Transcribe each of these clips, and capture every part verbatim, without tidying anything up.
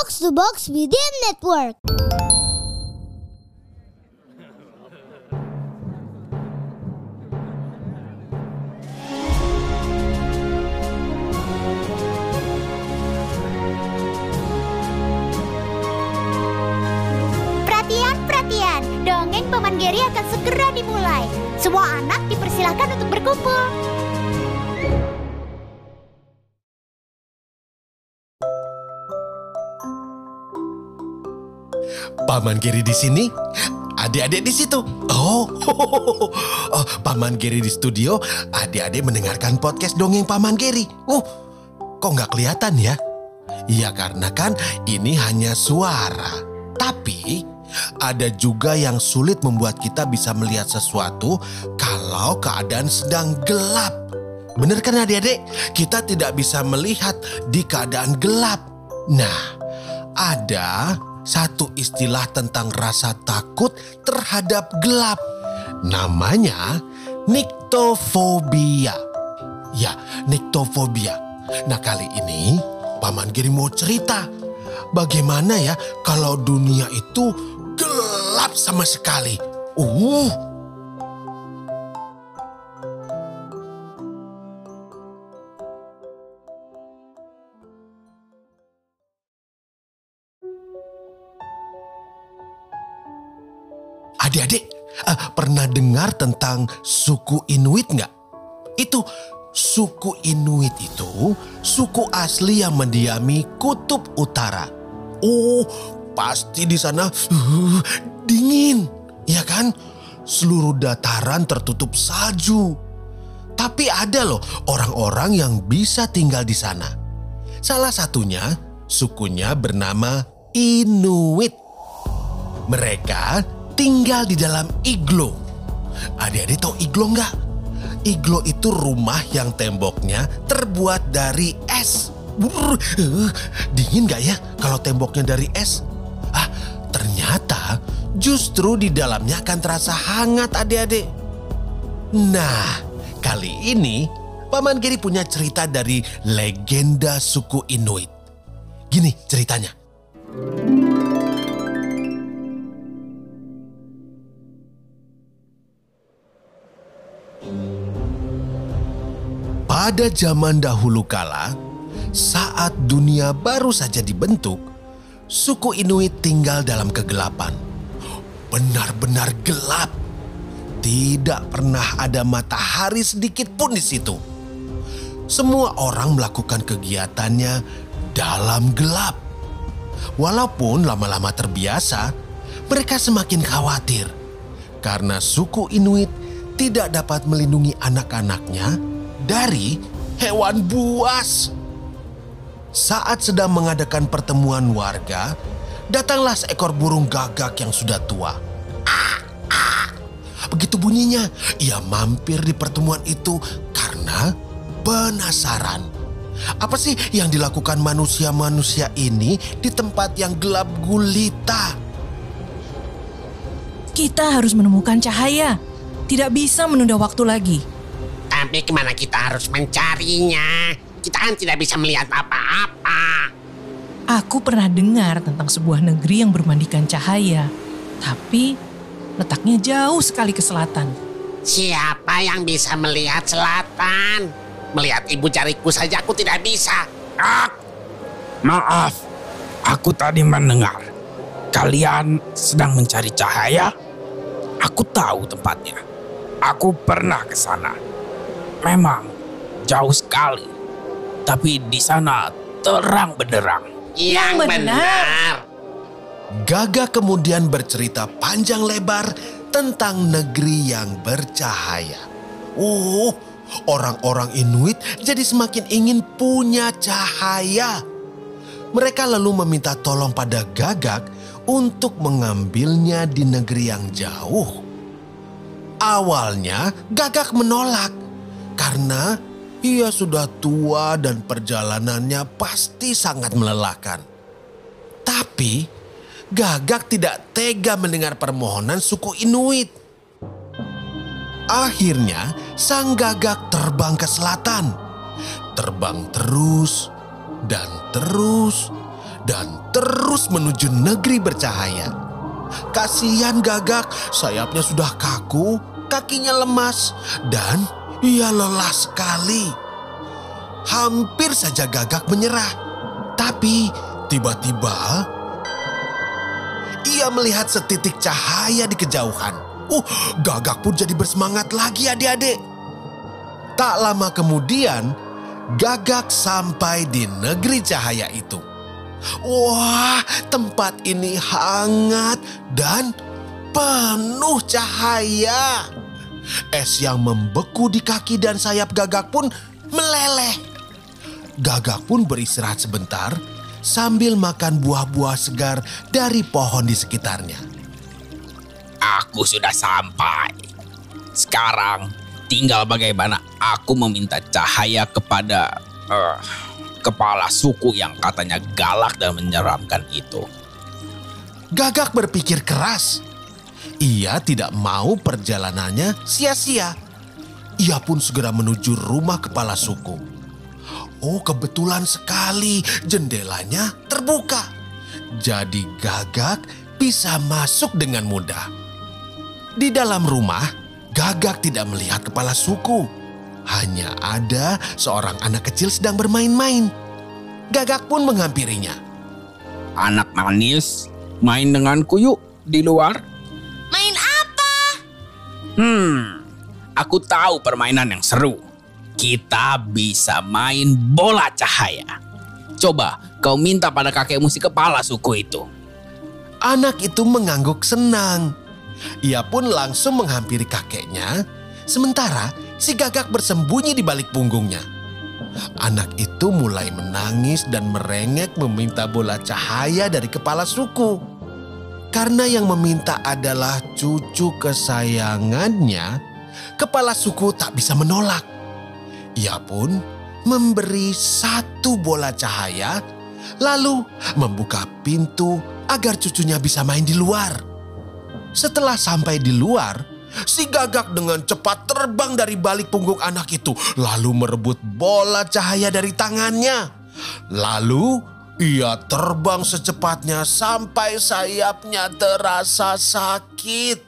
Box to Box Media Network. Perhatian, dongeng Paman Geri akan segera dimulai. Semua anak dipersilakan untuk berkumpul. Paman Geri di sini, adik-adik di situ. Oh, oh, Paman Geri di studio, adik-adik mendengarkan podcast dongeng Paman Geri. Oh, kok nggak kelihatan ya? Ya karena kan ini hanya suara. Tapi ada juga yang sulit membuat kita bisa melihat sesuatu kalau keadaan sedang gelap. Benar kan adik-adik? Kita tidak bisa melihat di keadaan gelap. Nah, ada satu istilah tentang rasa takut terhadap gelap. Namanya nyctophobia. Ya, nyctophobia. Nah, kali ini Paman Geri mau cerita bagaimana ya kalau dunia itu gelap sama sekali. Uh. Adik-adik, uh, pernah dengar tentang suku Inuit nggak? Itu suku Inuit itu suku asli yang mendiami kutub utara. Oh, pasti di sana uh, dingin, ya kan? Seluruh dataran tertutup salju. Tapi ada loh orang-orang yang bisa tinggal di sana. Salah satunya sukunya bernama Inuit. Mereka tinggal di dalam iglo. Adik-adik tahu iglo nggak? Iglo itu rumah yang temboknya terbuat dari es. Brr, uh, dingin nggak ya kalau temboknya dari es? Ah, ternyata justru di dalamnya akan terasa hangat adik-adik. Nah, kali ini Paman Geri punya cerita dari legenda suku Inuit. Gini ceritanya. Pada zaman dahulu kala, saat dunia baru saja dibentuk, suku Inuit tinggal dalam kegelapan. Benar-benar gelap. Tidak pernah ada matahari sedikit pun di situ. Semua orang melakukan kegiatannya dalam gelap. Walaupun lama-lama terbiasa, mereka semakin khawatir karena suku Inuit tidak dapat melindungi anak-anaknya dari hewan buas. Saat sedang mengadakan pertemuan warga, datanglah seekor burung gagak yang sudah tua. Ah, ah. Begitu bunyinya, ia mampir di pertemuan itu karena penasaran. Apa sih yang dilakukan manusia-manusia ini di tempat yang gelap gulita? Kita harus menemukan cahaya. Tidak bisa menunda waktu lagi. Tapi kemana kita harus mencarinya? Kita kan tidak bisa melihat apa-apa. Aku pernah dengar tentang sebuah negeri yang bermandikan cahaya. Tapi letaknya jauh sekali ke selatan. Siapa yang bisa melihat selatan? Melihat ibu jariku saja aku tidak bisa. Ah! Maaf, aku tadi mendengar kalian sedang mencari cahaya. Aku tahu tempatnya. Aku pernah ke sana. Memang jauh sekali, tapi di sana terang benderang. Yang benar. Gagak kemudian bercerita panjang lebar tentang negeri yang bercahaya. Oh, orang-orang Inuit jadi semakin ingin punya cahaya. Mereka lalu meminta tolong pada Gagak untuk mengambilnya di negeri yang jauh. Awalnya Gagak menolak karena ia sudah tua dan perjalanannya pasti sangat melelahkan. Tapi Gagak tidak tega mendengar permohonan suku Inuit. Akhirnya sang Gagak terbang ke selatan. Terbang terus dan terus dan terus menuju negeri bercahaya. Kasihan Gagak, sayapnya sudah kaku, kakinya lemas, dan ia lelah sekali. Hampir saja Gagak menyerah, tapi tiba-tiba ia melihat setitik cahaya di kejauhan. Uh, Gagak pun jadi bersemangat lagi adik-adik. Tak lama kemudian, Gagak sampai di negeri cahaya itu. Wah, tempat ini hangat dan penuh cahaya. Es yang membeku di kaki dan sayap Gagak pun meleleh. Gagak pun beristirahat sebentar sambil makan buah-buah segar dari pohon di sekitarnya. Aku sudah sampai. Sekarang tinggal bagaimana aku meminta cahaya kepada uh, kepala suku yang katanya galak dan menyeramkan itu. Gagak berpikir keras. Ia tidak mau perjalanannya sia-sia. Ia pun segera menuju rumah kepala suku. Oh, kebetulan sekali jendelanya terbuka. Jadi Gagak bisa masuk dengan mudah. Di dalam rumah, Gagak tidak melihat kepala suku. Hanya ada seorang anak kecil sedang bermain-main. Gagak pun menghampirinya. Anak manis, main denganku yuk di luar. Main apa? Hmm, aku tahu permainan yang seru. Kita bisa main bola cahaya. Coba kau minta pada kakekmu si kepala suku itu. Anak itu mengangguk senang. Ia pun langsung menghampiri kakeknya, sementara si Gagak bersembunyi di balik punggungnya. Anak itu mulai menangis dan merengek meminta bola cahaya dari kepala suku. Karena yang meminta adalah cucu kesayangannya, kepala suku tak bisa menolak. Ia pun memberi satu bola cahaya, lalu membuka pintu agar cucunya bisa main di luar. Setelah sampai di luar, si Gagak dengan cepat terbang dari balik punggung anak itu, lalu merebut bola cahaya dari tangannya. Lalu ia terbang secepatnya sampai sayapnya terasa sakit.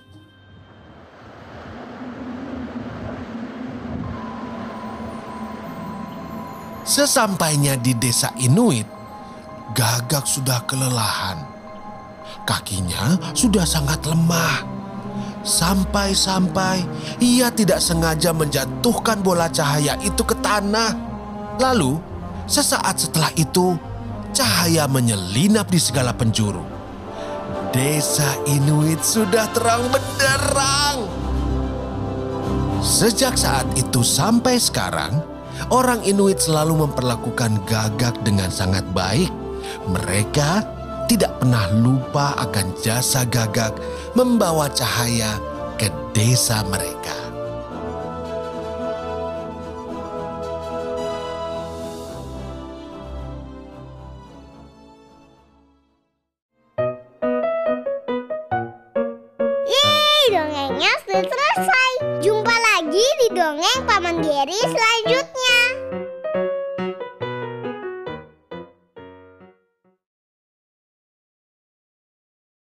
Sesampainya di desa Inuit, Gagak sudah kelelahan. Kakinya sudah sangat lemah. Sampai-sampai ia tidak sengaja menjatuhkan bola cahaya itu ke tanah. Lalu, sesaat setelah itu, cahaya menyelinap di segala penjuru. Desa Inuit sudah terang benderang. Sejak saat itu sampai sekarang, orang Inuit selalu memperlakukan Gagak dengan sangat baik. Mereka tidak pernah lupa akan jasa Gagak membawa cahaya ke desa mereka. Yeay, dongengnya sudah selesai. Jumpa lagi di dongeng Paman Geri selanjutnya.